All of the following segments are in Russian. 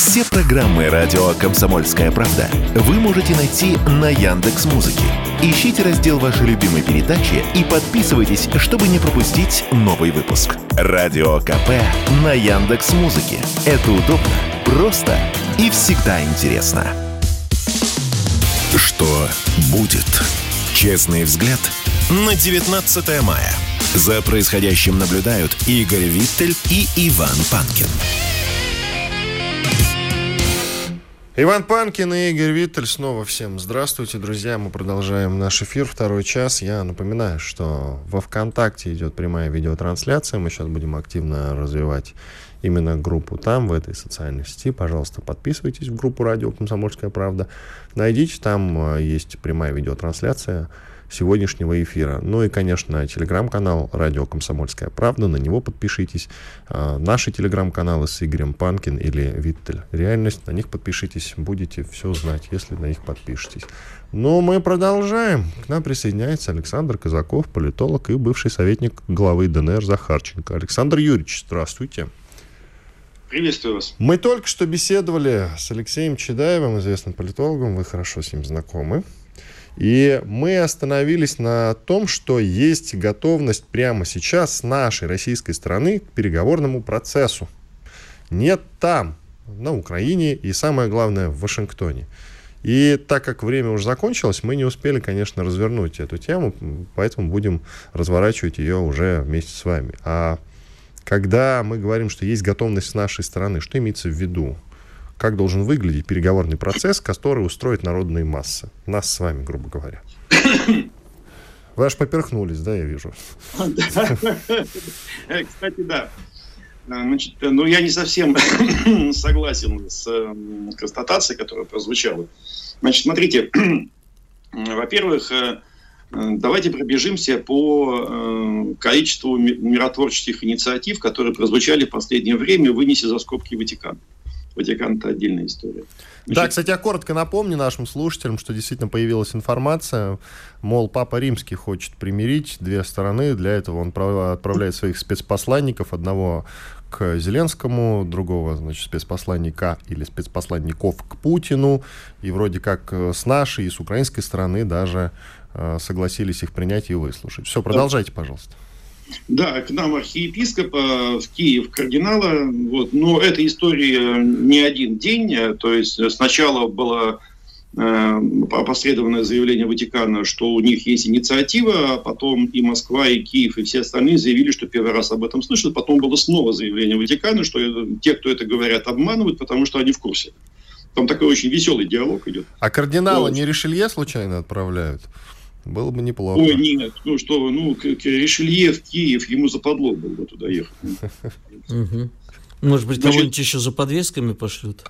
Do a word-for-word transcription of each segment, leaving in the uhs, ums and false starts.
Все программы радио «Комсомольская правда» вы можете найти на Яндекс.Музыке. Ищите раздел вашей любимой передачи и подписывайтесь, чтобы не пропустить новый выпуск. Радио КП на Яндекс.Музыке. Это удобно, просто и всегда интересно. Что будет? Честный взгляд на девятнадцатое мая. За происходящим наблюдают Игорь Виттель и Иван Панкин. Иван Панкин и Игорь Виттель. Снова всем здравствуйте, друзья. Мы продолжаем наш эфир, второй час. Я напоминаю, что во ВКонтакте идет прямая видеотрансляция. Мы сейчас будем активно развивать именно группу там, в этой социальной сети. Пожалуйста, подписывайтесь в группу «Радио Комсомольская правда». Найдите, там есть прямая видеотрансляция сегодняшнего эфира. Ну и, конечно, телеграм-канал «Радио Комсомольская правда». На него подпишитесь. Наши телеграм-каналы с Игорем Панкин или Виттель Реальность. На них подпишитесь. Будете все знать, если на них подпишетесь. Но мы продолжаем. К нам присоединяется Александр Казаков, политолог и бывший советник главы ДНР Захарченко. Александр Юрьевич, здравствуйте. Приветствую вас. Мы только что беседовали с Алексеем Чедаевым, известным политологом. Вы хорошо с ним знакомы. И мы остановились на том, что есть готовность прямо сейчас с нашей российской стороны к переговорному процессу. Нет там, на Украине и, самое главное, в Вашингтоне. И так как время уже закончилось, мы не успели, конечно, развернуть эту тему, поэтому будем разворачивать ее уже вместе с вами. А когда мы говорим, что есть готовность с нашей стороны, что имеется в виду? Как должен выглядеть переговорный процесс, который устроит народные массы? Нас с вами, грубо говоря. Вы аж поперхнулись, да, я вижу? Кстати, да. Значит, ну, я не совсем согласен с констатацией, которая прозвучала. Значит, смотрите. Во-первых, давайте пробежимся по количеству миротворческих инициатив, которые прозвучали в последнее время, вынеся за скобки Ватикан. Ватикан – это отдельная история. Значит, да, кстати, я коротко напомню нашим слушателям, что действительно появилась информация, мол, Папа Римский хочет примирить две стороны. Для этого он отправляет своих спецпосланников, одного к Зеленскому, другого, значит, спецпосланника или спецпосланников к Путину. И вроде как с нашей и с украинской стороны даже э, согласились их принять и выслушать. Все, продолжайте, пожалуйста. Да, к нам архиепископа, в Киев кардинала. Вот. Но эта история не один день. То есть сначала было э, опосредованное заявление Ватикана, что у них есть инициатива, а потом и Москва, и Киев, и все остальные заявили, что первый раз об этом слышат. Потом было снова заявление Ватикана, что это, те, кто это говорят, обманывают, потому что они в курсе. Там такой очень веселый диалог идет. А кардинала вот. Не Ришелье случайно отправляют? Было бы неплохо. Ой, нет, ну что, ну, к, к Ришелье в Киев, ему западло было бы туда ехать. Может быть, кого-нибудь еще за подвесками пошлют?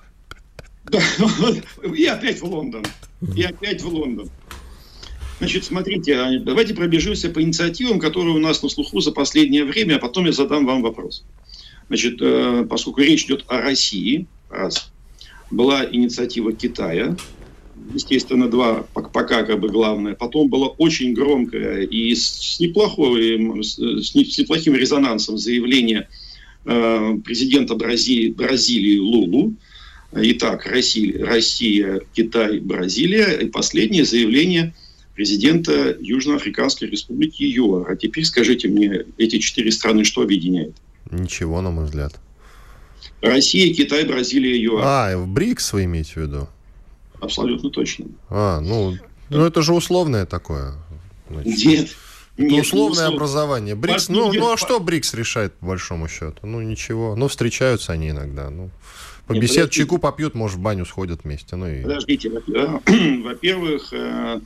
И опять в Лондон. И опять в Лондон. Значит, смотрите, давайте пробежимся по инициативам, которые у нас на слуху за последнее время, а потом я задам вам вопрос. Значит, поскольку речь идет о России, раз, была инициатива Китая, естественно, два, пока как бы главное. Потом было очень громкое и с, неплохой, с, с неплохим резонансом заявление э, президента Бразилии, Бразилии Лулу. Итак, Россия, Россия, Китай, Бразилия. И последнее заявление президента Южноафриканской республики ЮАР. А теперь скажите мне, эти четыре страны что объединяет? Ничего, на мой взгляд. Россия, Китай, Бразилия, ЮАР. А, в БРИКС вы имеете в виду? Абсолютно точно. А, ну, ну это же условное такое. Значит, нет. Это нет, условное не образование. БРИКС, ну, ну, а что БРИКС решает, по большому счету? Ну, ничего. Ну, встречаются они иногда. Ну, побесед, чайку попьют, может, в баню сходят вместе. Ну, и... Подождите. Во-первых,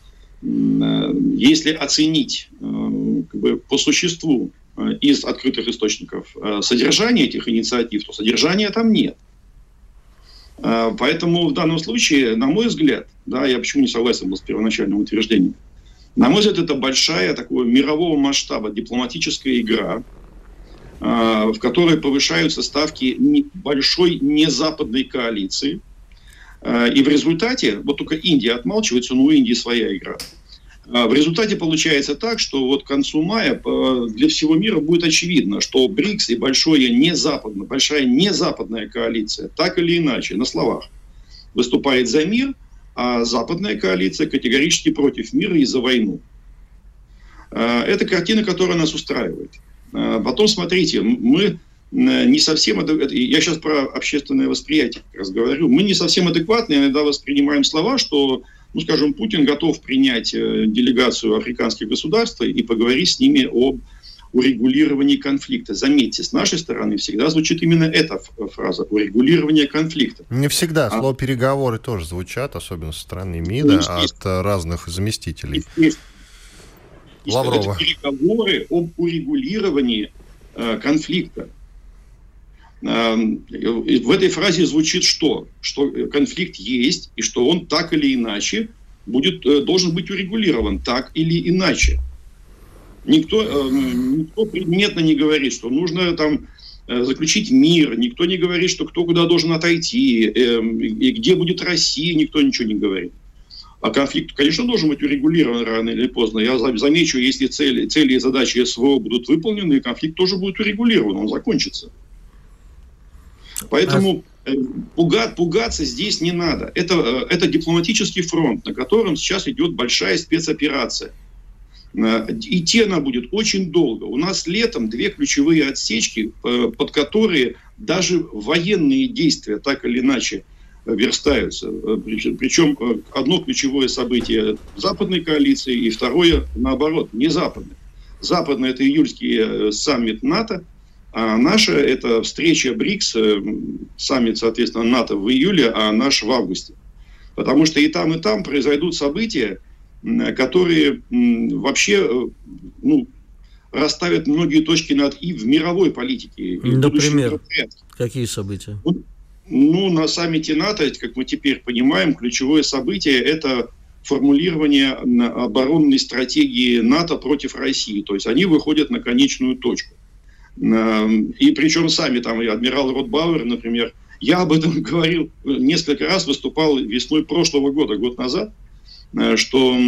если оценить как бы, по существу из открытых источников содержание этих инициатив, то содержания там нет. Поэтому в данном случае, на мой взгляд, да, я почему не согласен был с первоначальным утверждением, на мой взгляд, это большая такого мирового масштаба дипломатическая игра, в которой повышаются ставки большой незападной коалиции. И в результате, вот только Индия отмалчивается, но у Индии своя игра. В результате получается так, что вот к концу мая для всего мира будет очевидно, что БРИКС и большое незападное, большая незападная коалиция, так или иначе, на словах, выступает за мир, а западная коалиция категорически против мира и за войну. Это картина, которая нас устраивает. Потом, смотрите, мы не совсем... Я сейчас про общественное восприятие как раз говорю. Мы не совсем адекватно иногда воспринимаем слова, что, ну, скажем, Путин готов принять делегацию африканских государств и поговорить с ними об урегулировании конфликта. Заметьте, с нашей стороны всегда звучит именно эта фраза – урегулирование конфликта. Не всегда. А... Слово «переговоры» тоже звучат, особенно со стороны МИДа, ну, от разных заместителей. Лаврова. Это переговоры об урегулировании э, конфликта. Э, в этой фразе звучит что? Что конфликт есть, и что он так или иначе будет, э, должен быть урегулирован, так или иначе. Никто, э, никто предметно не говорит, что нужно там э, заключить мир, никто не говорит, что кто куда должен отойти, э, и где будет Россия, никто ничего не говорит. А конфликт, конечно, должен быть урегулирован рано или поздно. Я замечу, если цели, цели и задачи СВО будут выполнены, конфликт тоже будет урегулирован, он закончится. Поэтому пуга, пугаться здесь не надо. Это, это дипломатический фронт, на котором сейчас идет большая спецоперация. Идти она будет очень долго. У нас летом две ключевые отсечки, под которые даже военные действия так или иначе верстаются. Причем одно ключевое событие западной коалиции и второе, наоборот, не западное. Западное – это июльский саммит НАТО, а наша – это встреча БРИКС, саммит, соответственно, НАТО в июле, а наш в августе. Потому что и там, и там произойдут события, которые вообще, ну, расставят многие точки над «и» в мировой политике. И например, какие события? Ну, на саммите НАТО, как мы теперь понимаем, ключевое событие – это формулирование оборонной стратегии НАТО против России. То есть они выходят на конечную точку. И причем сами, там, и адмирал Ротбауэр, например, я об этом говорил несколько раз, выступал весной прошлого года, год назад, что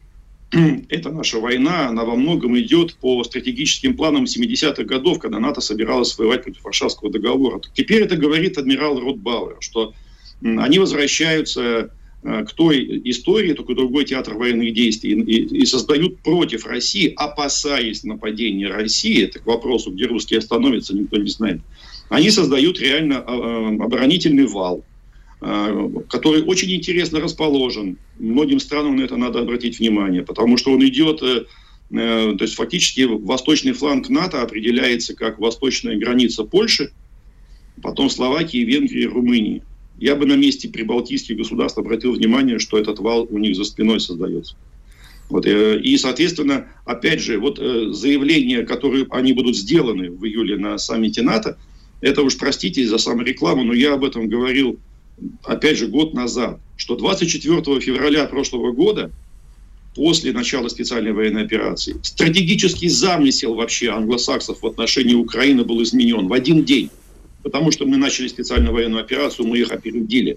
эта наша война, она во многом идет по стратегическим планам семидесятых годов, когда НАТО собиралось воевать против Варшавского договора. Теперь это говорит адмирал Ротбауэр, что они возвращаются к той истории, только другой театр военных действий, и, и создают против России, опасаясь нападения России, это к вопросу, где русские остановятся, никто не знает, они создают реально оборонительный вал, который очень интересно расположен. Многим странам на это надо обратить внимание, потому что он идет, то есть фактически восточный фланг НАТО определяется как восточная граница Польши, потом Словакии, Венгрии, Румынии. Я бы на месте прибалтийских государств обратил внимание, что этот вал у них за спиной создается. Вот, и, соответственно, опять же, вот заявления, которые они будут сделаны в июле на саммите НАТО, это уж, простите за саморекламу, но я об этом говорил опять же, год назад, что двадцать четвёртого февраля прошлого года, после начала специальной военной операции, стратегический замысел вообще англосаксов в отношении Украины был изменен в один день. Потому что мы начали специальную военную операцию, мы их опередили.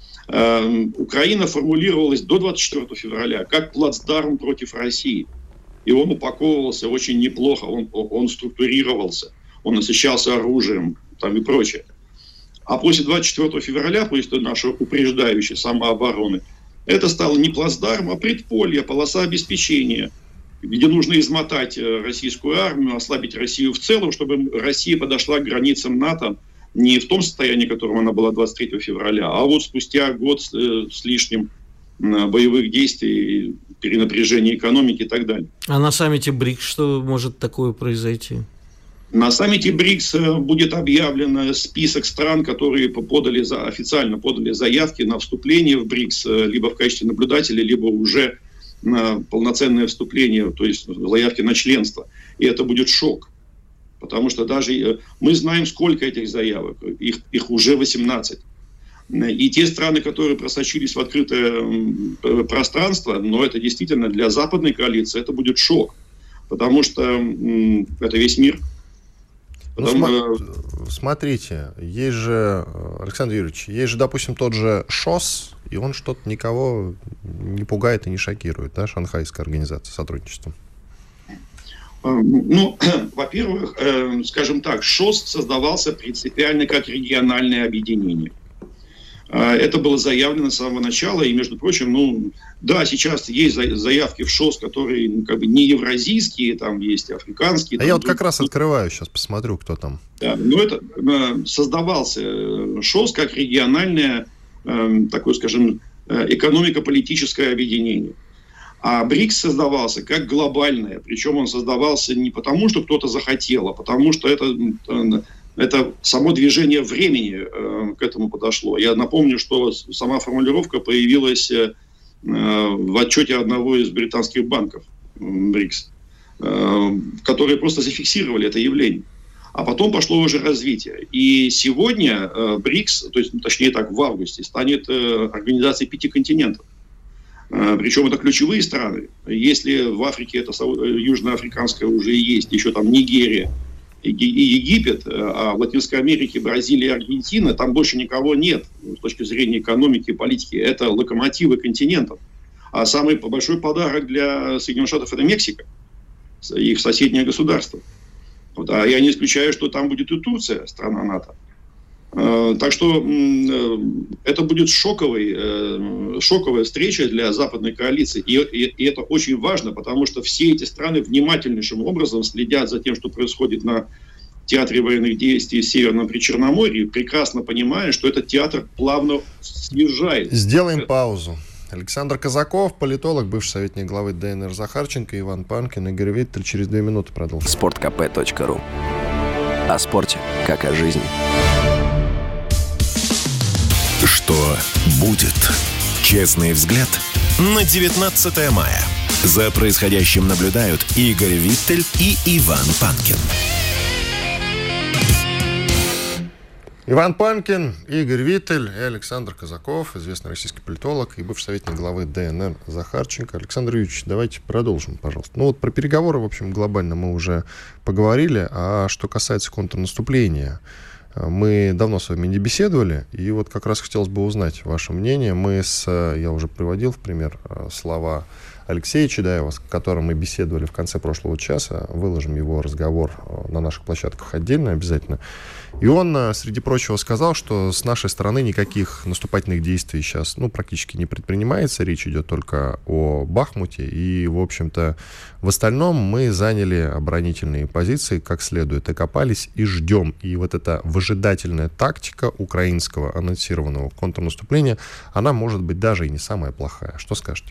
Э, Украина формулировалась до двадцать четвёртого февраля как плацдарм против России. И он упаковывался очень неплохо, он, он структурировался, он насыщался оружием там, и прочее. А после двадцать четвёртого февраля, после нашей упреждающей самообороны, это стало не плацдарм, а предполье, полоса обеспечения, где нужно измотать российскую армию, ослабить Россию в целом, чтобы Россия подошла к границам НАТО не в том состоянии, в котором она была двадцать третьего февраля, а вот спустя год с, с лишним боевых действий, перенапряжения экономики и так далее. А на саммите БРИКС что может такое произойти? На саммите БРИКС будет объявлен список стран, которые подали за, официально подали заявки на вступление в БРИКС, либо в качестве наблюдателей, либо уже на полноценное вступление, то есть заявки на членство. И это будет шок. Потому что даже мы знаем, сколько этих заявок. Их, их уже восемнадцать. И те страны, которые просочились в открытое пространство, но это действительно для западной коалиции, это будет шок. Потому что это весь мир. Ну, Потом, см- э... смотрите, есть же, Александр Юрьевич, есть же, допустим, тот же ШОС, и он что-то никого не пугает и не шокирует, да, шанхайская организация сотрудничества. Ну, во-первых, э, скажем так, ШОС создавался принципиально как региональное объединение. Это было заявлено с самого начала, и, между прочим, ну, да, сейчас есть заявки в ШОС, которые, ну, как бы не евразийские, там есть африканские. А там, я вот как раз открываю сейчас, посмотрю, кто там. Да, но это создавался ШОС как региональное, такое, скажем, экономико-политическое объединение. А БРИКС создавался как глобальное, причем он создавался не потому, что кто-то захотел, а потому что это... Это само движение времени э, к этому подошло. Я напомню, что сама формулировка появилась э, в отчете одного из британских банков, БРИКС, э, которые просто зафиксировали это явление. А потом пошло уже развитие. И сегодня э, БРИКС, то есть, точнее так, в августе, станет э, организацией пяти континентов. Э, причем это ключевые страны. Если в Африке это южноафриканская уже есть, еще там Нигерия, и Египет, а в Латинской Америке, Бразилия и Аргентина, там больше никого нет с точки зрения экономики и политики. Это локомотивы континентов. А самый большой подарок для Соединенных Штатов – это Мексика, их соседнее государство. Вот, а я не исключаю, что там будет и Турция, страна НАТО. Так что это будет шоковый, шоковая встреча для западной коалиции. И, и, и это очень важно, потому что все эти страны внимательнейшим образом следят за тем, что происходит на театре военных действий в Северном Причерноморье, прекрасно понимая, что этот театр плавно съезжает. Сделаем паузу. Александр Казаков, политолог, бывший советник главы ДНР Захарченко, Иван Панкин, Игорь Виттель. Через две минуты продолжим. спорт кэ пэ точка ру. О спорте, как о жизни. Что будет? Честный взгляд на девятнадцатое мая. За происходящим наблюдают Игорь Виттель и Иван Панкин. Иван Панкин, Игорь Виттель и Александр Казаков, известный российский политолог и бывший советник главы ДНР Захарченко. Александр Юрьевич, давайте продолжим, пожалуйста. Ну вот про переговоры, в общем, глобально мы уже поговорили. А что касается контрнаступления, мы давно с вами не беседовали, и вот как раз хотелось бы узнать ваше мнение. Мы с, я уже приводил в пример слова Алексея Чедаева, с которым мы беседовали в конце прошлого часа. Выложим его разговор на наших площадках отдельно обязательно. И он, среди прочего, сказал, что с нашей стороны никаких наступательных действий сейчас ну, практически не предпринимается. Речь идет только о Бахмуте. И, в общем-то, в остальном мы заняли оборонительные позиции как следует, окопались и ждем. И вот эта выжидательная тактика украинского анонсированного контрнаступления, она может быть даже и не самая плохая. Что скажете?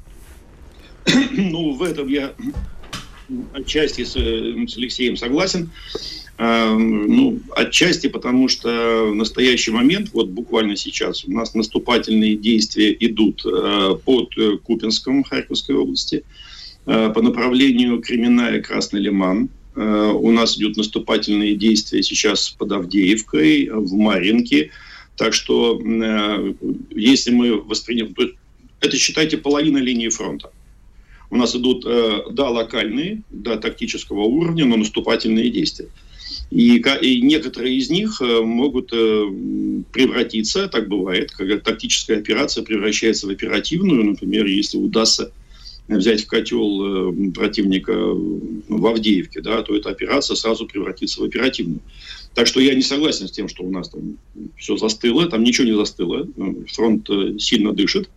Ну, в этом я отчасти с, с Алексеем согласен. Ну, отчасти потому, что в настоящий момент, вот буквально сейчас, у нас наступательные действия идут под Купянском Харьковской области, по направлению Кременная-Красный Лиман. У нас идут наступательные действия сейчас под Авдеевкой, в Марьинке. Так что, если мы воспринимаем... Это, считайте, половина линии фронта. У нас идут, да, локальные, да, тактического уровня, но наступательные действия. И, и некоторые из них могут превратиться, так бывает, когда тактическая операция превращается в оперативную. Например, если удастся взять в котел противника в Авдеевке, да, то эта операция сразу превратится в оперативную. Так что я не согласен с тем, что у нас там все застыло. Там ничего не застыло. Фронт сильно дышит.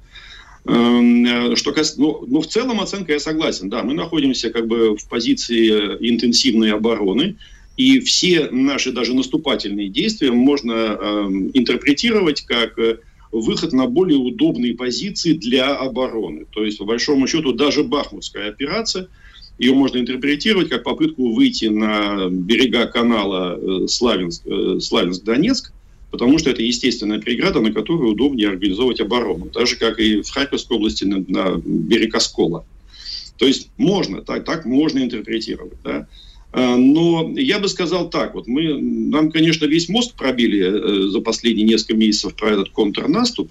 Что касается, ну, ну, в целом оценка я согласен. Да, мы находимся как бы в позиции интенсивной обороны. И все наши даже наступательные действия можно э, интерпретировать как э, выход на более удобные позиции для обороны. То есть, по большому счету, даже Бахмутская операция, ее можно интерпретировать как попытку выйти на берега канала э, Славянск, э, Славянск-Донецк, потому что это естественная преграда, на которой удобнее организовывать оборону. Так же, как и в Харьковской области на, на берег Оскола. То есть, можно, так, так можно интерпретировать, да. Но я бы сказал так, вот мы, нам, конечно, весь мозг пробили за последние несколько месяцев про этот контрнаступ,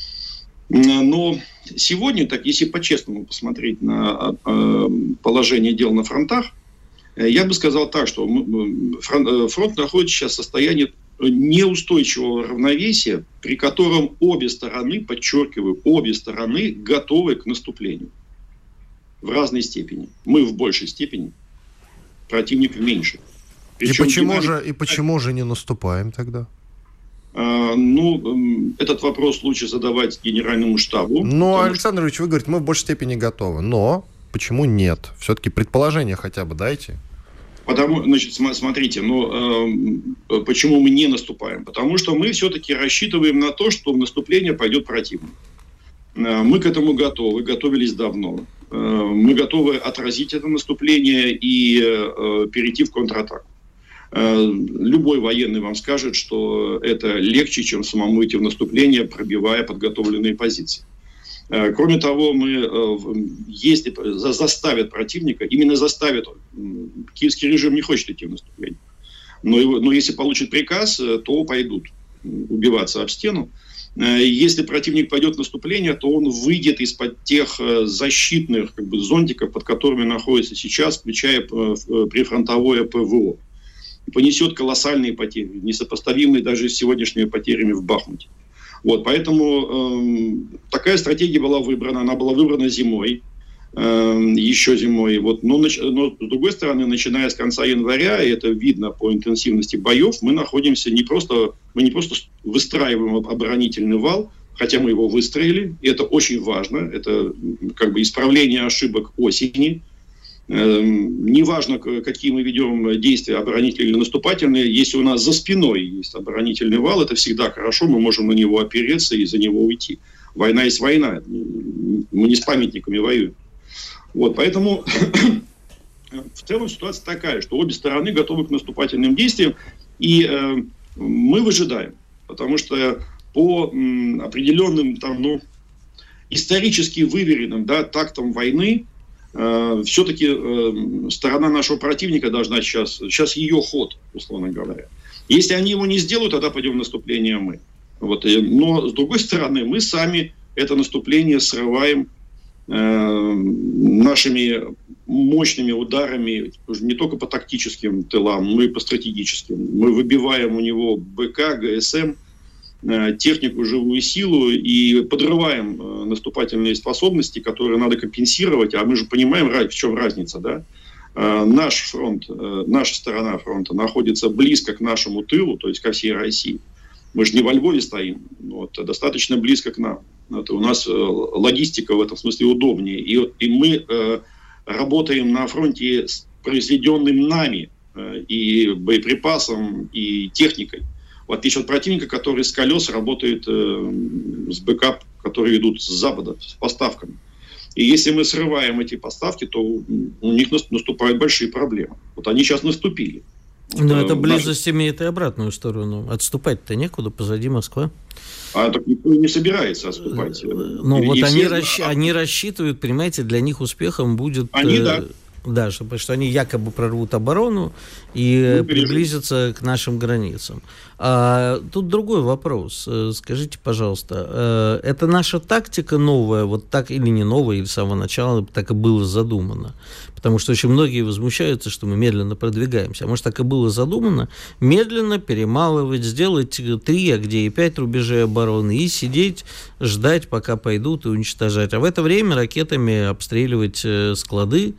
но сегодня, так если по-честному посмотреть на положение дел на фронтах, Я бы сказал так, что фронт находится сейчас в состоянии неустойчивого равновесия, при котором обе стороны, подчеркиваю, обе стороны готовы к наступлению. В разной степени. Мы в большей степени, противник в меньшей. Причем и почему, динамика... же, и почему же не наступаем тогда? А, ну, этот вопрос лучше задавать генеральному штабу. Ну, Александр Ильич, вы говорите, мы в большей степени готовы. Но почему нет? Все-таки предположение хотя бы дайте. Потому, значит, смотрите, ну, э, почему мы не наступаем? Потому что мы все-таки рассчитываем на то, что в наступление пойдет противник. Э, мы к этому готовы, готовились давно. Э, мы готовы отразить это наступление и э, перейти в контратаку. Э, любой военный вам скажет, что это легче, чем самому идти в наступление, пробивая подготовленные позиции. Кроме того, мы, если заставят противника, именно заставят, киевский режим не хочет идти в наступление, но, его, но если получит приказ, то пойдут убиваться об стену. Если противник пойдет в наступление, то он выйдет из-под тех защитных как бы, зонтиков, под которыми находится сейчас, включая прифронтовое ПВО. И понесет колоссальные потери, несопоставимые даже с сегодняшними потерями в Бахмуте. Вот, поэтому э, такая стратегия была выбрана. Она была выбрана зимой, э, еще зимой. Вот, но, нач... но, с другой стороны, начиная с конца января, и это видно по интенсивности боев, мы находимся не просто, мы не просто выстраиваем оборонительный вал, хотя мы его выстроили, и это очень важно. Это как бы исправление ошибок осени. Неважно, какие мы ведем действия, оборонительные или наступательные, если у нас за спиной есть оборонительный вал, это всегда хорошо, мы можем на него опереться и за него уйти. Война есть война, мы не с памятниками воюем. Вот, поэтому в целом ситуация такая, что обе стороны готовы к наступательным действиям, и э, мы выжидаем, потому что по м, определенным там, ну, исторически выверенным, да, тактам войны, все-таки э, сторона нашего противника должна сейчас, сейчас ее ход, условно говоря. Если они его не сделают, тогда пойдем в наступление мы. Вот, и, но с другой стороны, мы сами это наступление срываем э, нашими мощными ударами, не только по тактическим тылам, но и по стратегическим. Мы выбиваем у него БК, ГСМ, технику, живую силу и подрываем наступательные способности, которые надо компенсировать. А мы же понимаем, в чем разница, да? Наш фронт, наша сторона фронта находится близко к нашему тылу, то есть ко всей России. Мы же не во Львове стоим, вот, а достаточно близко к нам. Это у нас логистика в этом смысле удобнее. И, и мы э, работаем на фронте с произведенным нами э, и боеприпасом, и техникой. В отличие от противника, который с колес работает э, с БК, которые идут с запада, с поставками. И если мы срываем эти поставки, то у них наступают большие проблемы. Вот они сейчас наступили. Но вот, эта близость наши... имеет и обратную сторону. Отступать-то некуда, позади Москва. А так никто не собирается отступать. Ну вот они, все... расщ... они рассчитывают, понимаете, для них успехом будет... Они, да. Да, чтобы, что они якобы прорвут оборону и ну, приблизятся к нашим границам. А, тут другой вопрос. Скажите, пожалуйста, это наша тактика новая, вот так или не новая, или с самого начала так и было задумано? Потому что очень многие возмущаются, что мы медленно продвигаемся. А может, так и было задумано? Медленно перемалывать, сделать три, а где и пять рубежей обороны, и сидеть, ждать, пока пойдут, и уничтожать. А в это время ракетами обстреливать склады,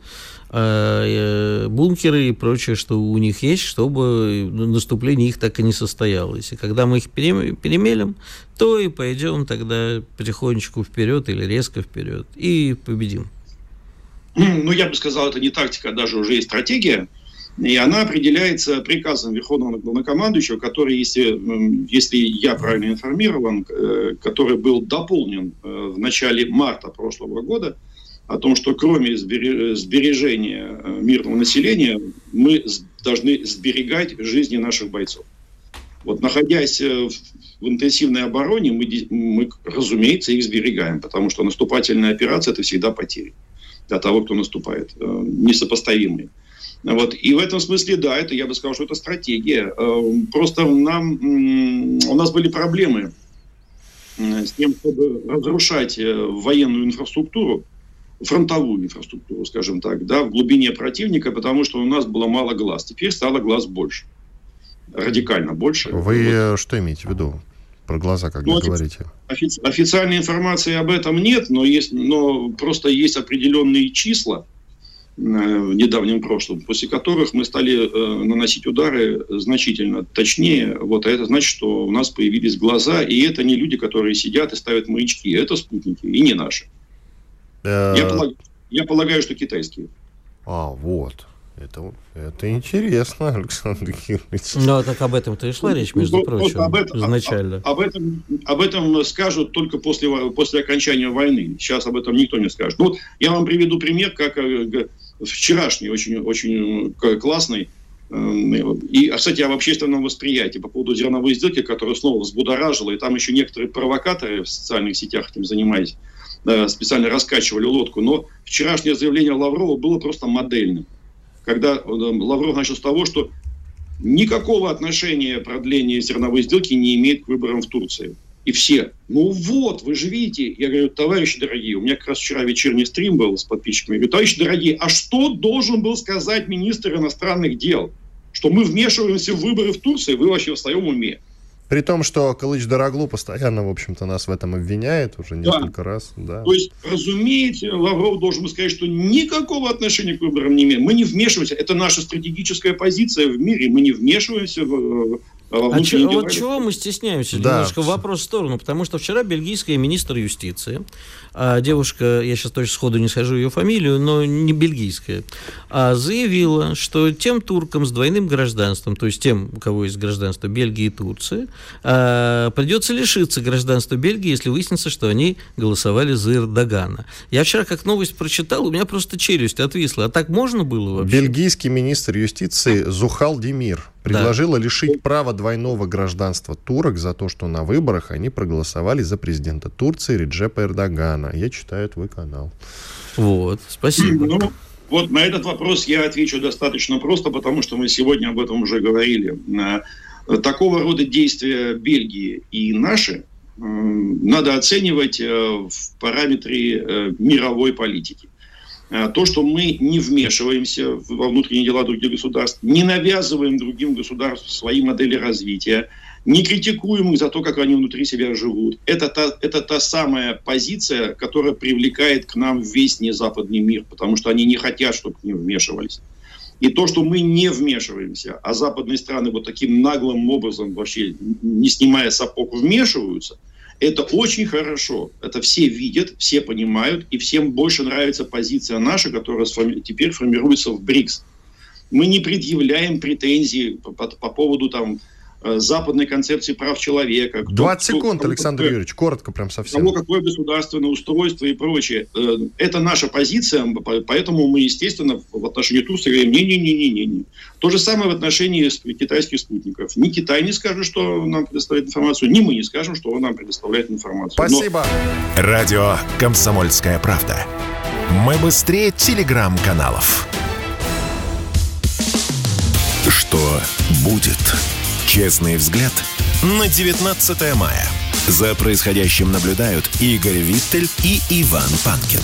бункеры и прочее, что у них есть, чтобы наступление их так и не состоялось. И когда мы их перемелем, то и пойдем тогда потихонечку вперед или резко вперед и победим. Ну, я бы сказал, это не тактика, а даже уже и стратегия. И она определяется приказом Верховного Главнокомандующего, который, если, если я правильно информирован, который был дополнен в начале марта прошлого года, о том, что кроме сбережения мирного населения, мы должны сберегать жизни наших бойцов. Вот, находясь в интенсивной обороне, мы, мы, разумеется, их сберегаем, потому что наступательная операция – это всегда потери для того, кто наступает, несопоставимые. Вот. И в этом смысле, да, это, я бы сказал, что это стратегия. Просто нам, у нас были проблемы с тем, чтобы разрушать военную инфраструктуру фронтовую инфраструктуру, скажем так, да, в глубине противника, потому что у нас было мало глаз. Теперь стало глаз больше. Радикально больше. Вы вот. Что имеете в виду про глаза, когда ну, говорите? Офици- официальной информации об этом нет, но, есть, но просто есть определенные числа э, в недавнем прошлом, после которых мы стали э, наносить удары значительно точнее. Вот, а это значит, что у нас появились глаза, и это не люди, которые сидят и ставят маячки, это спутники, и не наши. Я полагаю, я полагаю, что китайские. А, вот. Это, это интересно, Александр Георгиевич. Ну, так об этом-то и шла речь, между ну, прочим, об этом, изначально. Об, об, этом, об этом скажут только после, после окончания войны. Сейчас об этом никто не скажет. Ну, вот я вам приведу пример, как вчерашний, очень, очень классный. И, кстати, об общественном восприятии по поводу зерновой сделки, которая снова взбудоражила, и там еще некоторые провокаторы в социальных сетях этим занимались, специально раскачивали лодку. Но вчерашнее заявление Лаврова было просто модельным. Когда Лавров начал с того, что никакого отношения продление зерновой сделки не имеет к выборам в Турции. И все, ну вот, вы же видите. Я говорю, товарищи дорогие, у меня как раз вчера вечерний стрим был с подписчиками. Я говорю, товарищи дорогие, а что должен был сказать министр иностранных дел? Что мы вмешиваемся в выборы в Турции? Вы вообще в своем уме? При том, что Кылыч-Дароглу постоянно, в общем-то, нас в этом обвиняет уже несколько да. раз. Да. То есть, разумеется, Лавров должен сказать, что никакого отношения к выборам не имеем. Мы не вмешиваемся. Это наша стратегическая позиция в мире. Мы не вмешиваемся в... А ч- вот чего мы стесняемся? Да. Немножко вопрос в сторону. Потому что вчера бельгийская министр юстиции, а девушка, я сейчас точно сходу не скажу ее фамилию, но не бельгийская, а заявила, что тем туркам с двойным гражданством, то есть тем, у кого есть гражданство Бельгии и Турции, а, придется лишиться гражданства Бельгии, если выяснится, что они голосовали за Эрдогана. Я вчера как новость прочитал, у меня просто челюсть отвисла. А так можно было вообще? Бельгийский министр юстиции Зухал Демир предложила да. лишить права двойного гражданства турок за то, что на выборах они проголосовали за президента Турции Реджепа Эрдогана. Я читаю твой канал. Вот, спасибо. Ну, вот на этот вопрос я отвечу достаточно просто, потому что мы сегодня об этом уже говорили. Такого рода действия Бельгии и наши надо оценивать в параметре мировой политики. То, что мы не вмешиваемся во внутренние дела других государств, не навязываем другим государствам свои модели развития, не критикуем их за то, как они внутри себя живут. Это та, это та самая позиция, которая привлекает к нам весь незападный мир, потому что они не хотят, чтобы к ним вмешивались. И то, что мы не вмешиваемся, а западные страны вот таким наглым образом, вообще не снимая сапог, вмешиваются, это очень хорошо. Это все видят, все понимают, и всем больше нравится позиция наша, которая теперь формируется в БРИКС. Мы не предъявляем претензий по, по, по поводу там, западной концепции прав человека. двадцать секунд, Александр какое, Юрьевич, коротко прям совсем. Того, какое государственное устройство и прочее. Это наша позиция, поэтому мы, естественно, в отношении Турции говорим не-не-не-не-не. То же самое в отношении китайских спутников. Ни Китай не скажет, что нам предоставляет информацию, ни мы не скажем, что он нам предоставляет информацию. Спасибо. Но... Радио «Комсомольская правда». Мы быстрее телеграм-каналов. Что будет? Честный взгляд на девятнадцатое мая. За происходящим наблюдают Игорь Виттель и Иван Панкин.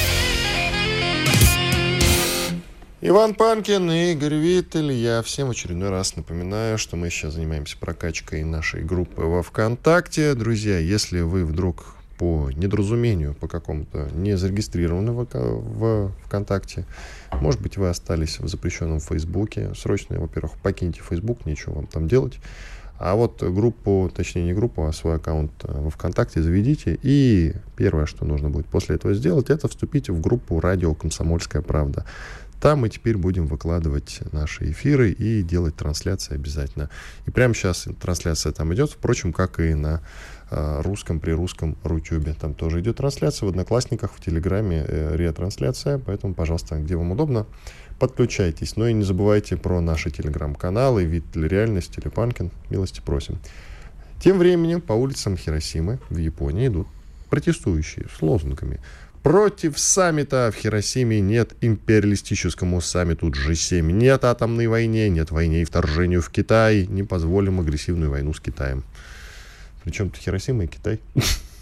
Иван Панкин и Игорь Виттель. Я всем в очередной раз напоминаю, что мы сейчас занимаемся прокачкой нашей группы во ВКонтакте. Друзья, если вы вдруг по недоразумению, по какому-то не зарегистрированы в, в ВКонтакте, может быть, вы остались в запрещенном Фейсбуке. Срочно, во-первых, покиньте Фейсбук, нечего вам там делать. А вот группу, точнее не группу, а свой аккаунт во ВКонтакте заведите. И первое, что нужно будет после этого сделать, это вступить в группу «Радио Комсомольская правда». Там мы теперь будем выкладывать наши эфиры и делать трансляции обязательно. И прямо сейчас трансляция там идет, впрочем, как и на э, русском, при русском Рутюбе. Там тоже идет трансляция в Одноклассниках, в Телеграме э, ретрансляция. Поэтому, пожалуйста, где вам удобно, подключайтесь. Но и не забывайте про наши телеграм-каналы «Виттель Реальность» или «Панкин». Милости просим. Тем временем по улицам Хиросимы в Японии идут протестующие с лозунгами: против саммита в Хиросиме, нет империалистическому саммиту джи семь, нет атомной войне, нет войне и вторжению в Китай, не позволим агрессивную войну с Китаем. Причем тут Хиросима и Китай.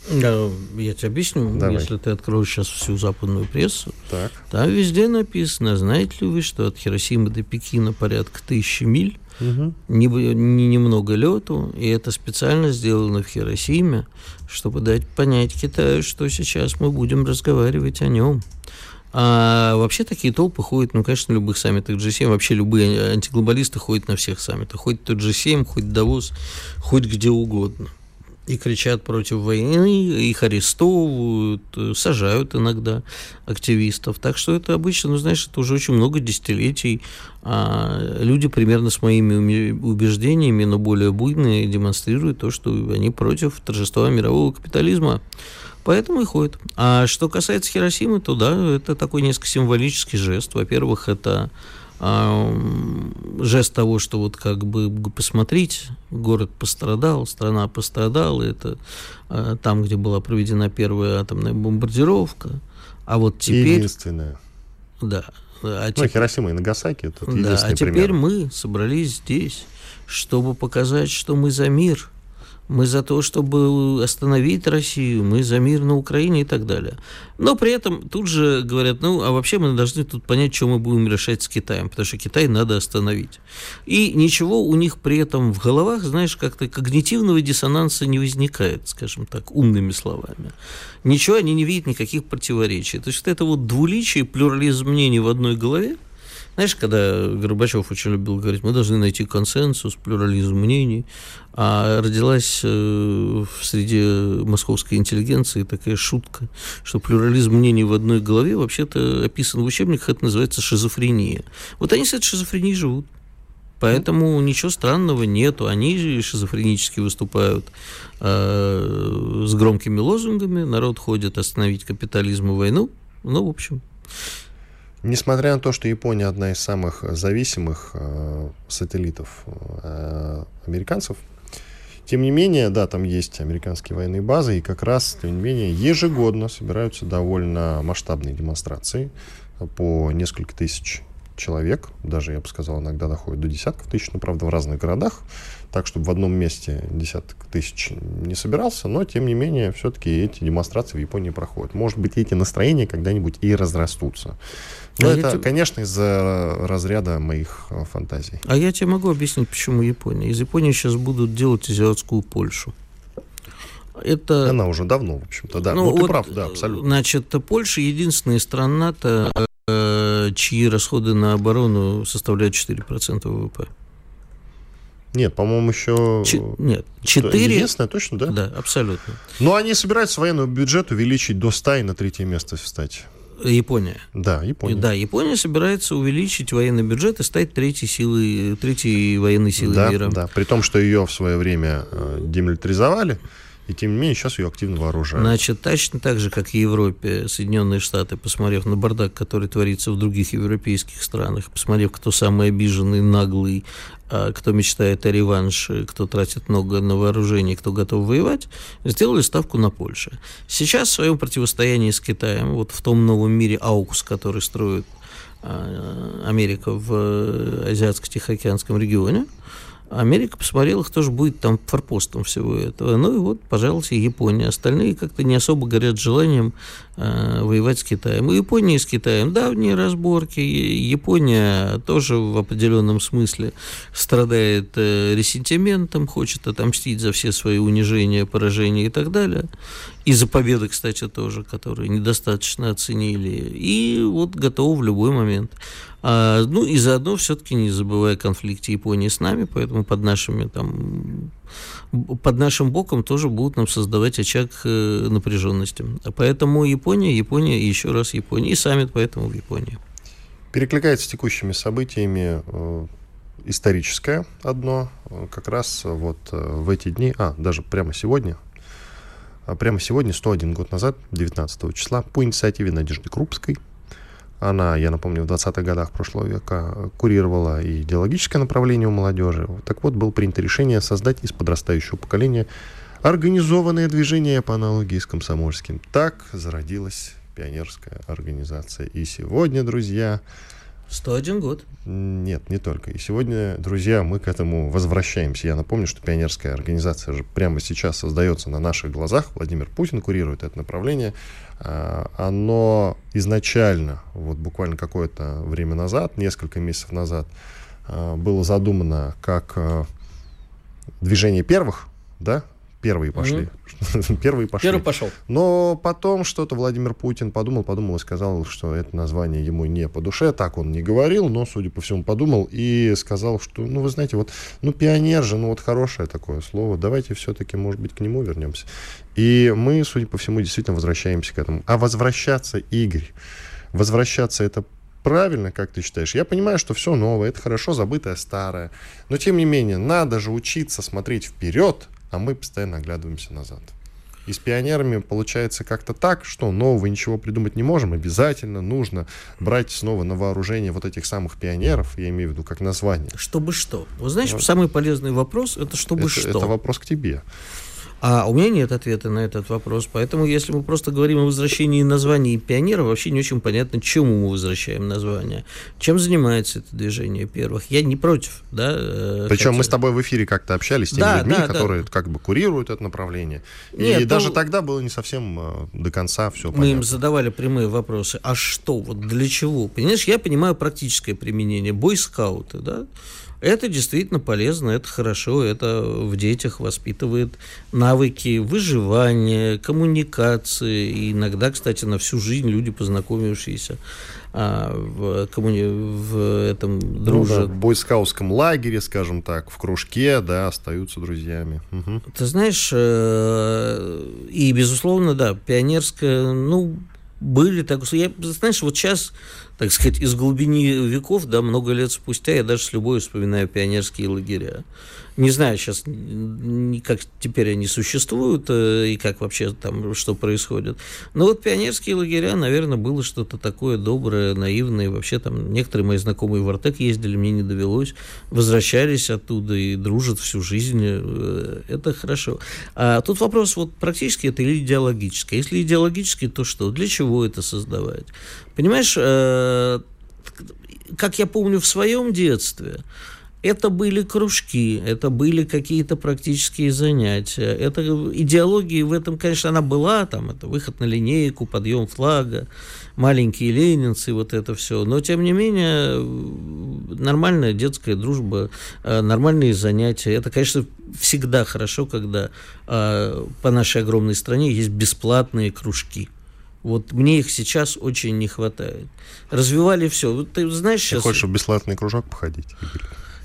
Я, я тебе объясню. Давай. Если ты откроешь сейчас всю западную прессу, Так. там везде написано, знаете ли вы, что от Хиросимы до Пекина порядка тысячи миль, Угу. не, не, немного лету, и это специально сделано в Хиросиме, чтобы дать понять Китаю, что сейчас мы будем разговаривать о нем. А вообще такие толпы ходят, ну, конечно, на любых саммитах джи семь, вообще любые антиглобалисты ходят на всех саммитах, хоть то джи семь, хоть Давос, хоть где угодно. И кричат против войны, их арестовывают, сажают иногда активистов. Так что это обычно, ну, знаешь, это уже очень много десятилетий. А люди примерно с моими убеждениями, но более буйные, демонстрируют то, что они против торжества мирового капитализма. Поэтому и ходят. А что касается Хиросимы, то да, это такой несколько символический жест. Во-первых, это жест того, что вот как бы посмотрите, город пострадал, страна пострадала, это а, там, где была проведена первая атомная бомбардировка, а вот теперь... Единственная. Да. А ну, теперь... Хиросима и Нагасаки, это да, единственный а теперь пример. мы собрались здесь, чтобы показать, что мы за мир, мы за то, чтобы остановить Россию, мы за мир на Украине и так далее. Но при этом тут же говорят, ну, а вообще мы должны тут понять, что мы будем решать с Китаем, потому что Китай надо остановить. И ничего у них при этом в головах, знаешь, как-то когнитивного диссонанса не возникает, скажем так, умными словами. Ничего они не видят, никаких противоречий. То есть вот это вот двуличие, плюрализм мнений в одной голове. Знаешь, когда Горбачев очень любил говорить, мы должны найти консенсус, плюрализм мнений, а родилась э, в среде московской интеллигенции такая шутка, что плюрализм мнений в одной голове вообще-то описан в учебниках, это называется шизофрения. Вот они с этой шизофренией живут. Поэтому ничего странного нету. Они шизофренически выступают э, с громкими лозунгами, народ ходит остановить капитализм и войну. Ну, в общем... Несмотря на то, что Япония одна из самых зависимых э, сателлитов э, американцев, тем не менее, да, там есть американские военные базы, и как раз, тем не менее, ежегодно собираются довольно масштабные демонстрации по несколько тысяч человек, даже, я бы сказал, иногда доходит до десятков тысяч, но, правда, в разных городах, так, чтобы в одном месте десяток тысяч не собирался, но, тем не менее, все-таки эти демонстрации в Японии проходят. Может быть, эти настроения когда-нибудь и разрастутся. Но а это, тебе... конечно, из-за разряда моих фантазий. А я тебе могу объяснить, почему Япония. Из Японии сейчас будут делать азиатскую Польшу. Это... Она уже давно, в общем-то, да. Ну, ну, вот, ты прав, да, абсолютно. Значит, Польша единственная страна-то, чьи расходы на оборону составляют четыре процента вэ вэ пэ. Нет, по-моему, еще... Ч... Нет, четыре... Единственное, точно, да? Да, абсолютно. Но они собираются военный бюджет увеличить до ста и на третье место встать. Япония. Да, Япония. Да, Япония собирается увеличить военный бюджет и стать третьей силой, третьей военной силой да, мира. Да, при том, что ее в свое время э, демилитаризовали, и тем не менее сейчас ее активно вооружают. Значит, точно так же, как и в Европе, Соединенные Штаты, посмотрев на бардак, который творится в других европейских странах, посмотрев, кто самый обиженный, наглый, кто мечтает о реванше, кто тратит много на вооружение, кто готов воевать, сделали ставку на Польшу. Сейчас в своем противостоянии с Китаем, вот в том новом мире аукс, который строит Америка в Азиатско-Тихоокеанском регионе, Америка посмотрела, кто же будет там форпостом всего этого. Ну и вот, пожалуйста, Япония. Остальные как-то не особо горят желанием э, воевать с Китаем. У Японии и с Китаем давние разборки. Япония тоже в определенном смысле страдает э, ресентиментом, хочет отомстить за все свои унижения, поражения и так далее. И за победы, кстати, тоже, которые недостаточно оценили. И вот готова в любой момент. А, ну и заодно все-таки не забывая о конфликте Японии с нами, поэтому под, нашими, там, под нашим боком тоже будут нам создавать очаг э, напряженности. Поэтому Япония, Япония и еще раз Япония. И саммит поэтому в Японии. Перекликается с текущими событиями э, историческое одно. Как раз вот э, в эти дни, а, даже прямо сегодня, Прямо сегодня, сто один год назад, девятнадцатого числа, по инициативе Надежды Крупской, она, я напомню, в двадцатых годах прошлого века курировала и идеологическое направление у молодежи. Так вот, было принято решение создать из подрастающего поколения организованное движение по аналогии с комсомольским. Так зародилась пионерская организация. И сегодня, друзья, сто один год. Нет, не только. И сегодня, друзья, мы к этому возвращаемся. Я напомню, что пионерская организация же прямо сейчас создается на наших глазах. Владимир Путин курирует это направление. Оно изначально, вот буквально какое-то время назад, несколько месяцев назад, было задумано как движение первых, да, первые пошли. Mm-hmm. Первые пошли. Первый пошел. Но потом что-то Владимир Путин подумал, подумал и сказал, что это название ему не по душе. Так он не говорил, но, судя по всему, подумал и сказал, что, ну, вы знаете, вот, ну, пионер же, ну, вот хорошее такое слово. Давайте все-таки, может быть, к нему вернемся. И мы, судя по всему, действительно возвращаемся к этому. А возвращаться, Игорь, возвращаться это правильно, как ты считаешь? Я понимаю, что все новое, это хорошо забытое старое. Но, тем не менее, надо же учиться смотреть вперед, а мы постоянно оглядываемся назад. И с пионерами получается как-то так, что нового ничего придумать не можем. Обязательно нужно брать снова на вооружение вот этих самых пионеров, я имею в виду как название. Чтобы что? Вы знаете, Вот. Самый полезный вопрос — это чтобы это, что? Это вопрос к тебе. А у меня нет ответа на этот вопрос, поэтому если мы просто говорим о возвращении названий пионера, вообще не очень понятно, чему мы возвращаем название, чем занимается это движение первых. Я не против, да. Причем хотя... мы с тобой в эфире как-то общались с теми да, людьми, да, которые да. как бы курируют это направление. Нет, и ну, даже тогда было не совсем э, до конца все понятно. Мы им задавали прямые вопросы. А что, вот для чего? Понимаешь, я понимаю практическое применение. Бойскауты, да? Это действительно полезно, это хорошо, это в детях воспитывает навыки выживания, коммуникации. И иногда, кстати, на всю жизнь люди, познакомившиеся а, в, коммуни... в этом дружат. Ну, да, в бойскаутском лагере, скажем так, в кружке, да, остаются друзьями. Угу. Ты знаешь, и, безусловно, да, пионерская, ну, были так... Я, знаешь, вот сейчас, так сказать, из глубины веков, да, много лет спустя, я даже с любовью вспоминаю пионерские лагеря. Не знаю сейчас, как теперь они существуют и как вообще там что происходит. Но вот пионерские лагеря, наверное, было что-то такое доброе, наивное. Вообще там некоторые мои знакомые в Артек ездили, мне не довелось. Возвращались оттуда и дружат всю жизнь. Это хорошо. А тут вопрос вот практически это или идеологический. Если идеологический, то что? Для чего это создавать? Понимаешь, как я помню в своем детстве, это были кружки, это были какие-то практические занятия. Это идеология в этом, конечно, она была, там, это выход на линейку, подъем флага, маленькие ленинцы, вот это все. Но, тем не менее, нормальная детская дружба, нормальные занятия. Это, конечно, всегда хорошо, когда по нашей огромной стране есть бесплатные кружки. Вот мне их сейчас очень не хватает. Развивали все. Вот ты знаешь Ты сейчас... хочешь в бесплатный кружок походить, Игорь?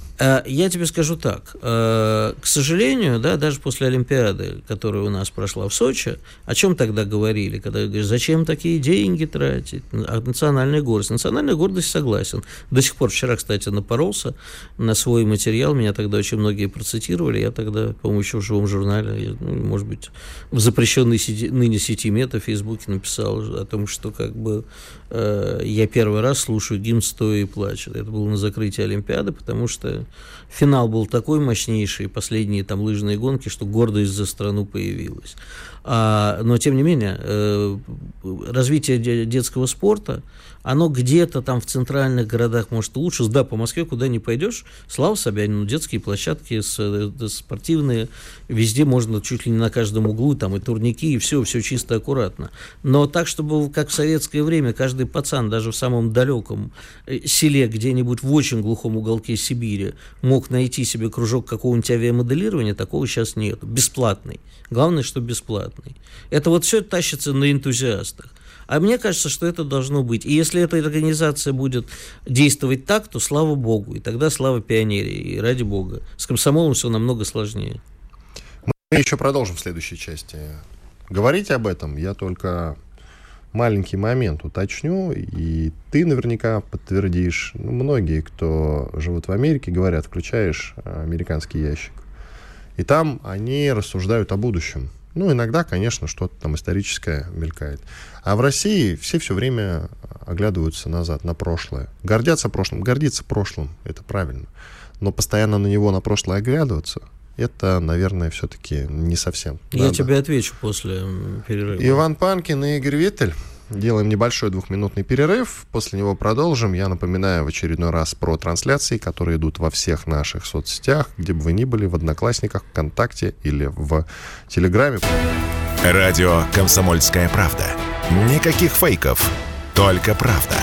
Я тебе скажу так, к сожалению, да, даже после Олимпиады, которая у нас прошла в Сочи, о чем тогда говорили, когда говорят, зачем такие деньги тратить, а национальная гордость. Национальная гордость, согласен. До сих пор, вчера, кстати, напоролся на свой материал, меня тогда очень многие процитировали, я тогда, по-моему, еще в живом журнале, ну, может быть, в запрещенной сети, ныне сети Мета в Фейсбуке написал о том, что как бы э, я первый раз слушаю гимн стоя и плача. Это было на закрытии Олимпиады, потому что финал был такой мощнейший, последние там лыжные гонки, что гордость за страну появилась. А, но, тем не менее, э, развитие де- детского спорта, оно где-то там в центральных городах, может, лучше. Да, по Москве куда ни пойдешь, слава Собянину, детские площадки с, с, спортивные, везде можно чуть ли не на каждом углу, там и турники, и все, все чисто, аккуратно. Но так, чтобы, как в советское время, каждый пацан, даже в самом далеком селе, где-нибудь в очень глухом уголке Сибири, мог найти себе кружок какого-нибудь авиамоделирования, такого сейчас нет. Бесплатный. Главное, что бесплатный. Это вот все тащится на энтузиастах. А мне кажется, что это должно быть. И если эта организация будет действовать так, то слава богу. И тогда слава пионерии. И ради бога. С комсомолом все намного сложнее. Мы еще продолжим в следующей части. Говорить об этом я только маленький момент уточню. И ты наверняка подтвердишь. Ну, многие, кто живут в Америке, говорят, включаешь американский ящик. И там они рассуждают о будущем. Ну, иногда, конечно, что-то там историческое мелькает. А в России все все время оглядываются назад, на прошлое. Гордятся прошлым. Гордиться прошлым, это правильно. Но постоянно на него, на прошлое оглядываться, это, наверное, все-таки не совсем. Я надо. тебе отвечу после перерыва. Иван Панкин и Игорь Виттель. Делаем небольшой двухминутный перерыв. После него продолжим. Я напоминаю в очередной раз про трансляции, которые идут во всех наших соцсетях, где бы вы ни были, в Одноклассниках, ВКонтакте или в Телеграме. Радио «Комсомольская правда». Никаких фейков, только правда.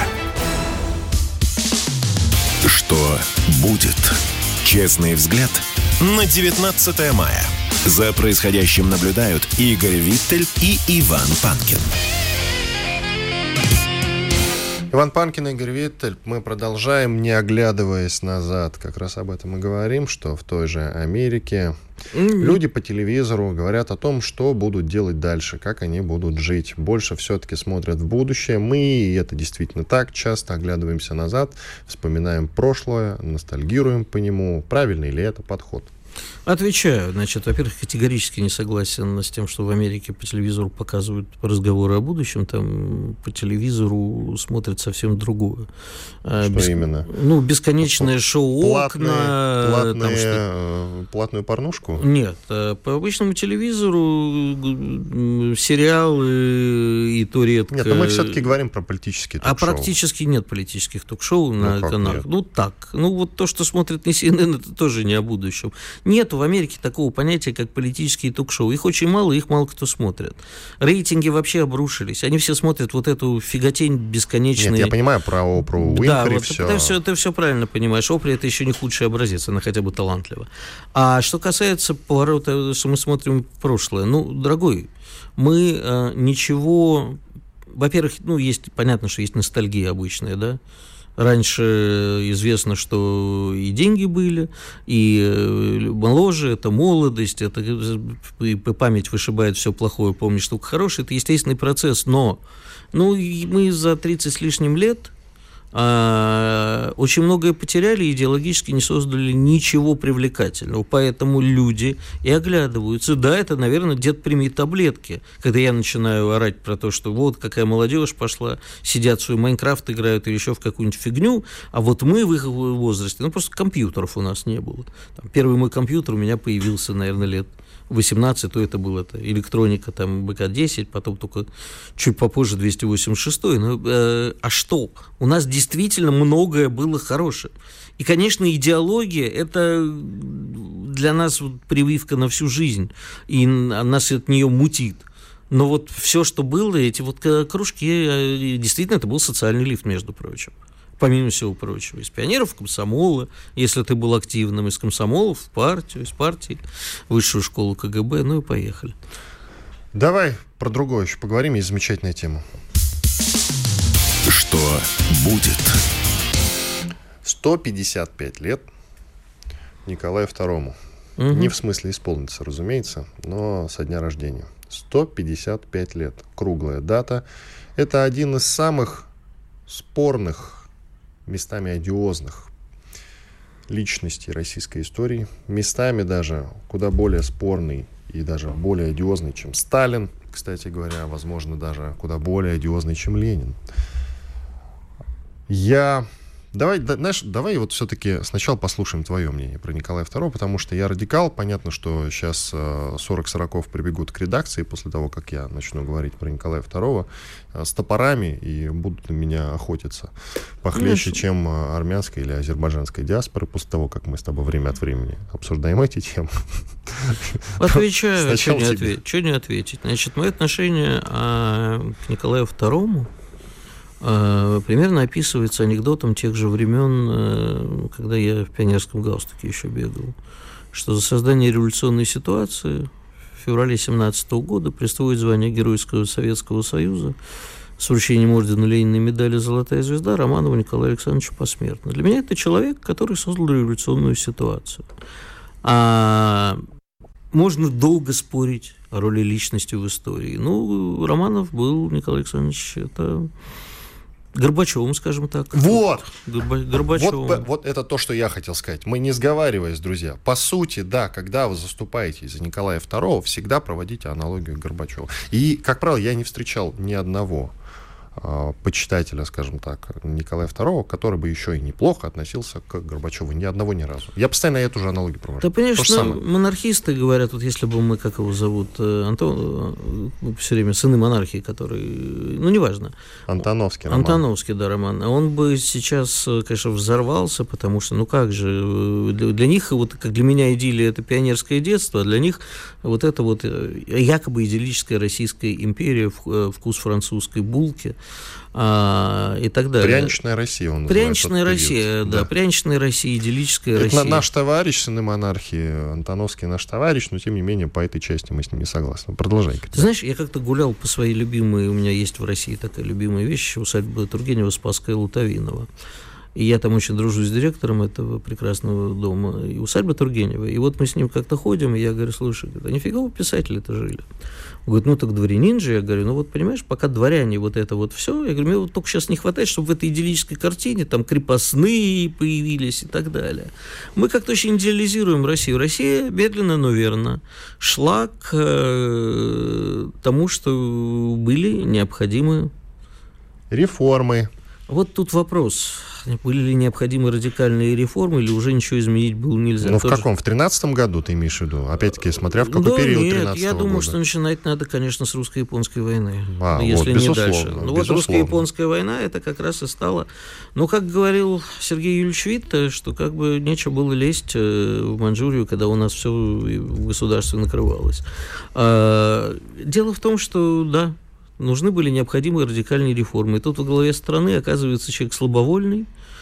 Что будет? Честный взгляд на девятнадцатое мая. За происходящим наблюдают Игорь Виттель и Иван Панкин. Иван Панкин, Игорь Виттель. Мы продолжаем, не оглядываясь назад. Как раз об этом и говорим, что в той же Америке mm-hmm. люди по телевизору говорят о том, что будут делать дальше, как они будут жить. Больше все-таки смотрят в будущее. Мы, и это действительно так, часто оглядываемся назад, вспоминаем прошлое, ностальгируем по нему. Правильный ли это подход? Отвечаю. Значит, во-первых, категорически не согласен с тем, что в Америке по телевизору показывают разговоры о будущем. Там по телевизору смотрят совсем другое. Что Бес... именно? Ну, бесконечное шоу платные, «Окна». Платные, там, что... Платную порнушку? Нет. По обычному телевизору сериалы и то редко... Нет, но мы все-таки говорим про политические ток-шоу. А практически нет политических ток-шоу ну, на каналах. Ну, так. Ну, вот то, что смотрит не си эн эн, это тоже не о будущем. Нету в Америке такого понятия, как политические ток-шоу. Их очень мало, их мало кто смотрит. Рейтинги вообще обрушились. Они все смотрят вот эту фиготень бесконечную. Нет, я понимаю про Опру Уинфри, да, вот все. Ты, все. ты все правильно понимаешь. Опра — это еще не худший образец, она хотя бы талантлива. А что касается поворота, что мы смотрим в прошлое, ну, дорогой, мы э, ничего... Во-первых, ну, есть, понятно, что есть ностальгия обычная, да? Раньше известно, что и деньги были, и моложе, это молодость, это и память вышибает все плохое, помнишь только хорошее, это естественный процесс, но ну, мы за тридцать с лишним лет а, очень многое потеряли, идеологически не создали ничего привлекательного, поэтому люди и оглядываются. Да, это, наверное, дед прими таблетки, когда я начинаю орать про то, что вот какая молодежь пошла, сидят в свой Майнкрафт, играют или еще в какую-нибудь фигню, а вот мы в их возрасте, ну просто компьютеров у нас не было. Там, первый мой компьютер у меня появился, наверное, лет восемнадцать, то это была это, электроника, там, бэ ка десять, потом только чуть попозже двести восемьдесят шесть. Ну, э, а что? У нас действительно многое было хорошее. И, конечно, идеология – это для нас вот прививка на всю жизнь, и нас от нее мутит. Но вот все, что было, эти вот кружки, действительно, это был социальный лифт, между прочим. Помимо всего прочего, из пионеров в комсомолы, если ты был активным, из комсомолов в партию, из партии в высшую школу ка гэ бэ, ну и поехали. Давай про другое еще поговорим, есть замечательная тема. Что будет? сто пятьдесят пять лет Николаю второму. Угу. Не в смысле исполнится, разумеется, но со дня рождения. сто пятьдесят пять лет. Круглая дата. Это один из самых спорных, местами одиозных личностей российской истории, местами даже куда более спорный и даже более одиозный, чем Сталин, кстати говоря, возможно, даже куда более одиозный, чем Ленин. Я... Давай, да, знаешь, давай вот все-таки сначала послушаем твое мнение про Николая второго, потому что я радикал. Понятно, что сейчас сорок сороков прибегут к редакции после того, как я начну говорить про Николая второго с топорами и будут на меня охотиться похлеще, Конечно. чем армянская или азербайджанская диаспора после того, как мы с тобой время от времени обсуждаем эти темы. Отвечаю, что не, ответ... что не ответить. Значит, мое отношение а, к Николаю второму примерно описывается анекдотом тех же времен, когда я в пионерском галстуке еще бегал, что за создание революционной ситуации в феврале семнадцатого года присвоит звание Геройского Советского Союза с вручением ордена Ленина и медали «Золотая звезда» Романову Николаю Александровичу посмертно. Для меня это человек, который создал революционную ситуацию. А можно долго спорить о роли личности в истории. Ну, Романов был, Николай Александрович, это... Горбачевым, скажем так. Вот! Горба- Горбачевым. Вот, вот это то, что я хотел сказать. Мы не сговариваясь, друзья. По сути, да, когда вы заступаете за Николая второго, всегда проводите аналогию к Горбачеву. И, как правило, я не встречал ни одного почитателя, скажем так, Николая второго, который бы еще и неплохо относился к Горбачеву. Ни одного, ни разу. Я постоянно эту же аналогию провожу. Да, понимаешь, ну, монархисты говорят, вот если бы мы, как его зовут, Антон, все время сыны монархии, который, ну, неважно. Антоновский Роман. Антоновский, да, Роман. Он бы сейчас, конечно, взорвался, потому что, ну, как же, для, для них, вот как для меня идиллия, это пионерское детство, а для них вот это вот якобы идиллическая Российская империя, вкус французской булки, а, и так далее. Пряничная Россия, он Пряничная Россия, да, да, пряничная Россия, идиллическая это Россия. Наш товарищ, сыны монархии, Антоновский наш товарищ, но, тем не менее, по этой части мы с ним не согласны. Продолжай. Ты знаешь, я как-то гулял по своей любимой, у меня есть в России такая любимая вещь, усадьба Тургенева, Спасская, Лутовинова. И я там очень дружу с директором этого прекрасного дома, и усадьба Тургенева. И вот мы с ним как-то ходим, и я говорю, слушай, а нифига вы писатели-то жили? Он говорит, ну так дворянин же. Я говорю, ну вот понимаешь, пока дворяне вот это вот все, я говорю, мне вот только сейчас не хватает, чтобы в этой идиллической картине там крепостные появились и так далее. Мы как-то очень идеализируем Россию. Россия медленно, но верно шла к э, тому, что были необходимы реформы. Вот тут вопрос. Были ли необходимы радикальные реформы, или уже ничего изменить было нельзя? Ну, в каком? В тринадцатом году ты имеешь в виду? Опять-таки, смотря в какой да, период нет, тринадцатого я думаю, года. что начинать надо, конечно, с русско-японской войны. А, если вот, не дальше. Ну, вот безусловно. русско-японская война, это как раз и стало... Ну, как говорил Сергей Юрьевич Витте, что как бы нечего было лезть в Маньчжурию, когда у нас все в государстве накрывалось. А, дело в том, что, да, нужны были необходимые радикальные реформы. И тут во главе страны оказывается человек слабовольный.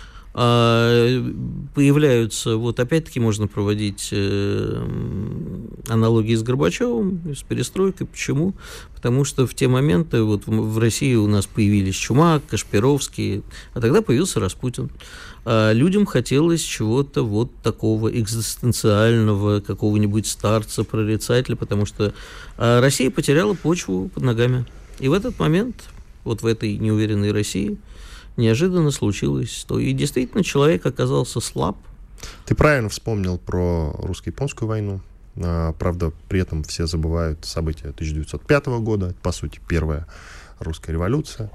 Появляются, вот опять-таки можно проводить аналогии с Горбачевым, с перестройкой. Почему? Потому что в те моменты вот в России у нас появились Чумак, Кашпировский, а тогда появился Распутин. А людям хотелось чего-то вот такого экзистенциального, какого-нибудь старца-прорицателя, потому что Россия потеряла почву под ногами. И в этот момент, вот в этой неуверенной России, неожиданно случилось то. И действительно человек оказался слаб. Ты правильно вспомнил про русско-японскую войну. А, правда, при этом все забывают события тысяча девятьсот пятого года, по сути, первая русская революция.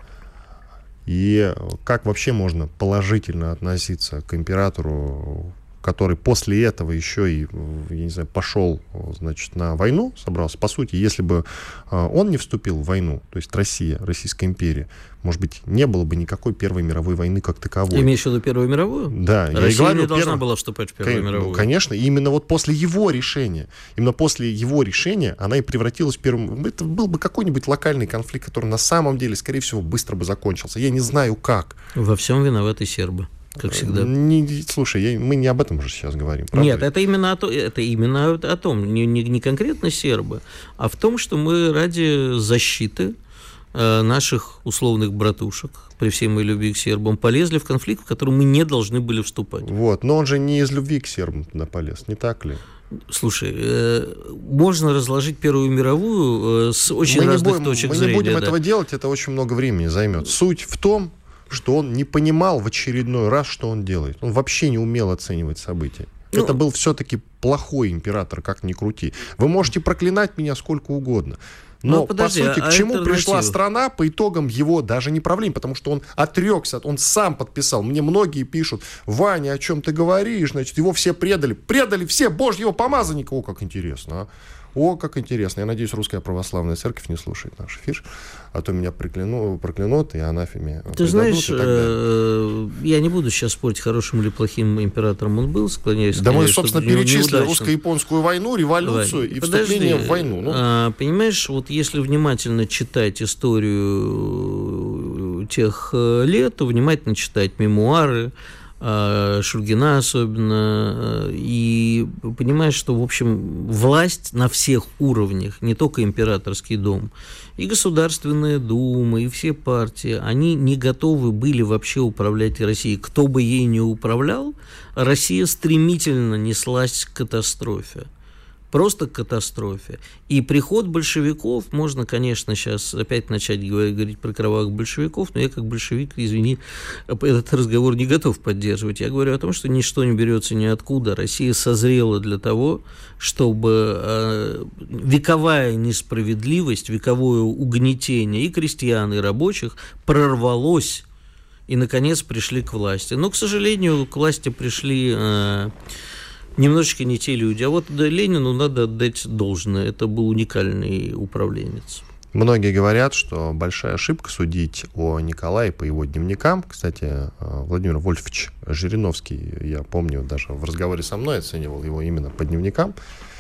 И как вообще можно положительно относиться к императору, который после этого еще и, я не знаю, пошел, значит, на войну, собрался. По сути, если бы он не вступил в войну, то есть Россия, Российская империя, может быть, не было бы никакой Первой мировой войны как таковой. Ты имеешь в виду Первую мировую? Да. Россия я и говорю, не должна перв... была вступать в Первую Кон... мировую. Ну, конечно, и именно вот после его решения, именно после его решения она и превратилась в Первую... Это был бы какой-нибудь локальный конфликт, который на самом деле, скорее всего, быстро бы закончился. Я не знаю, как. Во всем виноваты сербы. Как всегда. Не, слушай, я, мы не об этом же сейчас говорим. Правда? Нет, это именно, о, то, это именно о том, не, не, не конкретно сербы, а в том, что мы ради защиты э, наших условных братушек, при всей моей любви к сербам, полезли в конфликт, в который мы не должны были вступать. Вот, но он же не из любви к сербам туда полез, не так ли? Слушай, э, можно разложить Первую мировую э, с очень мы разных будем, точек мы зрения. Мы не будем да. этого делать, это очень много времени займет. Суть в том, что он не понимал в очередной раз, что он делает. Он вообще не умел оценивать события. Ну, это был все-таки плохой император, как ни крути. Вы можете проклинать меня сколько угодно. Но, ну, подожди, по сути, а к чему пришла страна по итогам его даже не правления, потому что он отрекся, он сам подписал. Мне многие пишут: Ваня, о чем ты говоришь? Значит, его все предали. Предали все божьего помазанника. О, как интересно, а. О, как интересно. Я надеюсь, Русская Православная Церковь не слушает наш эфир, а то меня прокляну, проклянут и анафеме. Ты знаешь, э, я не буду сейчас спорить, хорошим или плохим императором он был, склоняюсь. Да мы, собственно, перечислили русско-японскую войну, революцию Давай. и вступление Подожди, в войну. Ну. А, понимаешь, вот если внимательно читать историю тех лет, то внимательно читать мемуары, Шульгина особенно, и понимаешь, что, в общем, власть на всех уровнях, не только императорский дом, и Государственная Дума, и все партии, они не готовы были вообще управлять Россией. Кто бы ей ни управлял, Россия стремительно неслась к катастрофе. просто к катастрофе. И приход большевиков, можно, конечно, сейчас опять начать говорить про кровавых большевиков, но я как большевик, извини, этот разговор не готов поддерживать. Я говорю о том, что ничто не берется ниоткуда. Россия созрела для того, чтобы э, вековая несправедливость, вековое угнетение и крестьян, и рабочих прорвалось, и, наконец, пришли к власти. Но, к сожалению, к власти пришли э, немножечко не те люди. А вот да, Ленину надо отдать должное. Это был уникальный управленец. Многие говорят, что большая ошибка судить о Николае по его дневникам. Кстати, Владимир Вольфович Жириновский, я помню, даже в разговоре со мной оценивал его именно по дневникам.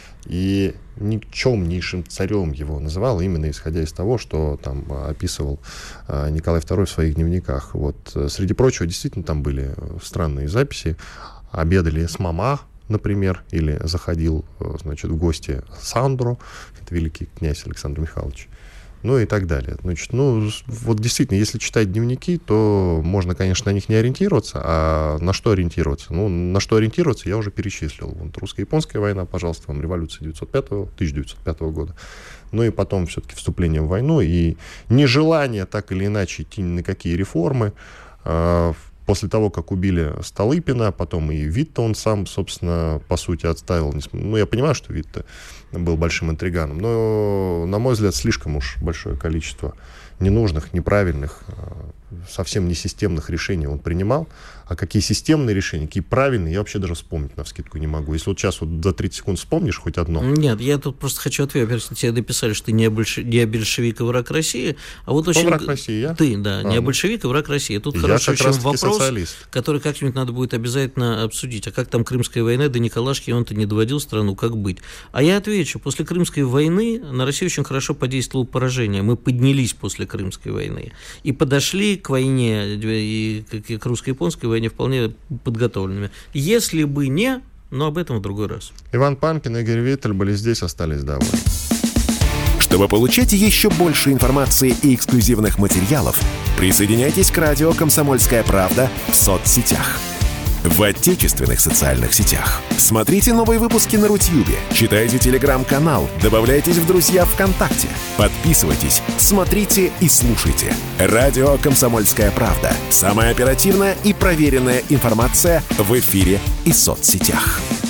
И никчемнейшим царем его называл, именно исходя из того, что там описывал Николай второй в своих дневниках. Вот, среди прочего, действительно, там были странные записи. Обедали с мама, например, или заходил, значит, в гости Сандро, это великий князь Александр Михайлович, ну и так далее. Значит, ну, вот действительно, если читать дневники, то можно, конечно, на них не ориентироваться, а на что ориентироваться? Ну, на что ориентироваться, я уже перечислил. Вот русско-японская война, пожалуйста, вам революция тысяча девятьсот пятого года. Ну и потом все-таки вступление в войну и нежелание так или иначе идти ни на какие реформы. После того, как убили Столыпина, потом и Витте он сам, собственно, по сути, отставил. Ну, я понимаю, что Витте был большим интриганом, но, на мой взгляд, слишком уж большое количество ненужных, неправильных, совсем несистемных решений он принимал. А какие системные решения, какие правильные, я вообще даже вспомнить навскидку не могу. Если вот сейчас вот за тридцать секунд вспомнишь хоть одно. Нет, я тут просто хочу ответить. Во-первых, тебе дописали, что ты не, больш... не большевик и враг России. А вот очень... враг России, я? Ты, да, а, не большевик и враг России. Тут я хороший очень вопрос, социалист, который как-нибудь надо будет обязательно обсудить. А как там Крымская война, до Николашки он-то не доводил страну, как быть? А я отвечу. После Крымской войны на Россию очень хорошо подействовало поражение. Мы поднялись после Крымской войны и подошли к войне, и к русско-японской войне вполне подготовленными. Если бы не, но об этом в другой раз. Иван Панкин и Игорь Виттель были здесь, остались довольны. Чтобы получать еще больше информации и эксклюзивных материалов, присоединяйтесь к радио «Комсомольская правда» в соцсетях. В отечественных социальных сетях. Смотрите новые выпуски на Рутьюбе, читайте телеграм-канал, добавляйтесь в друзья ВКонтакте, подписывайтесь, смотрите и слушайте. Радио «Комсомольская правда». Самая оперативная и проверенная информация в эфире и соцсетях.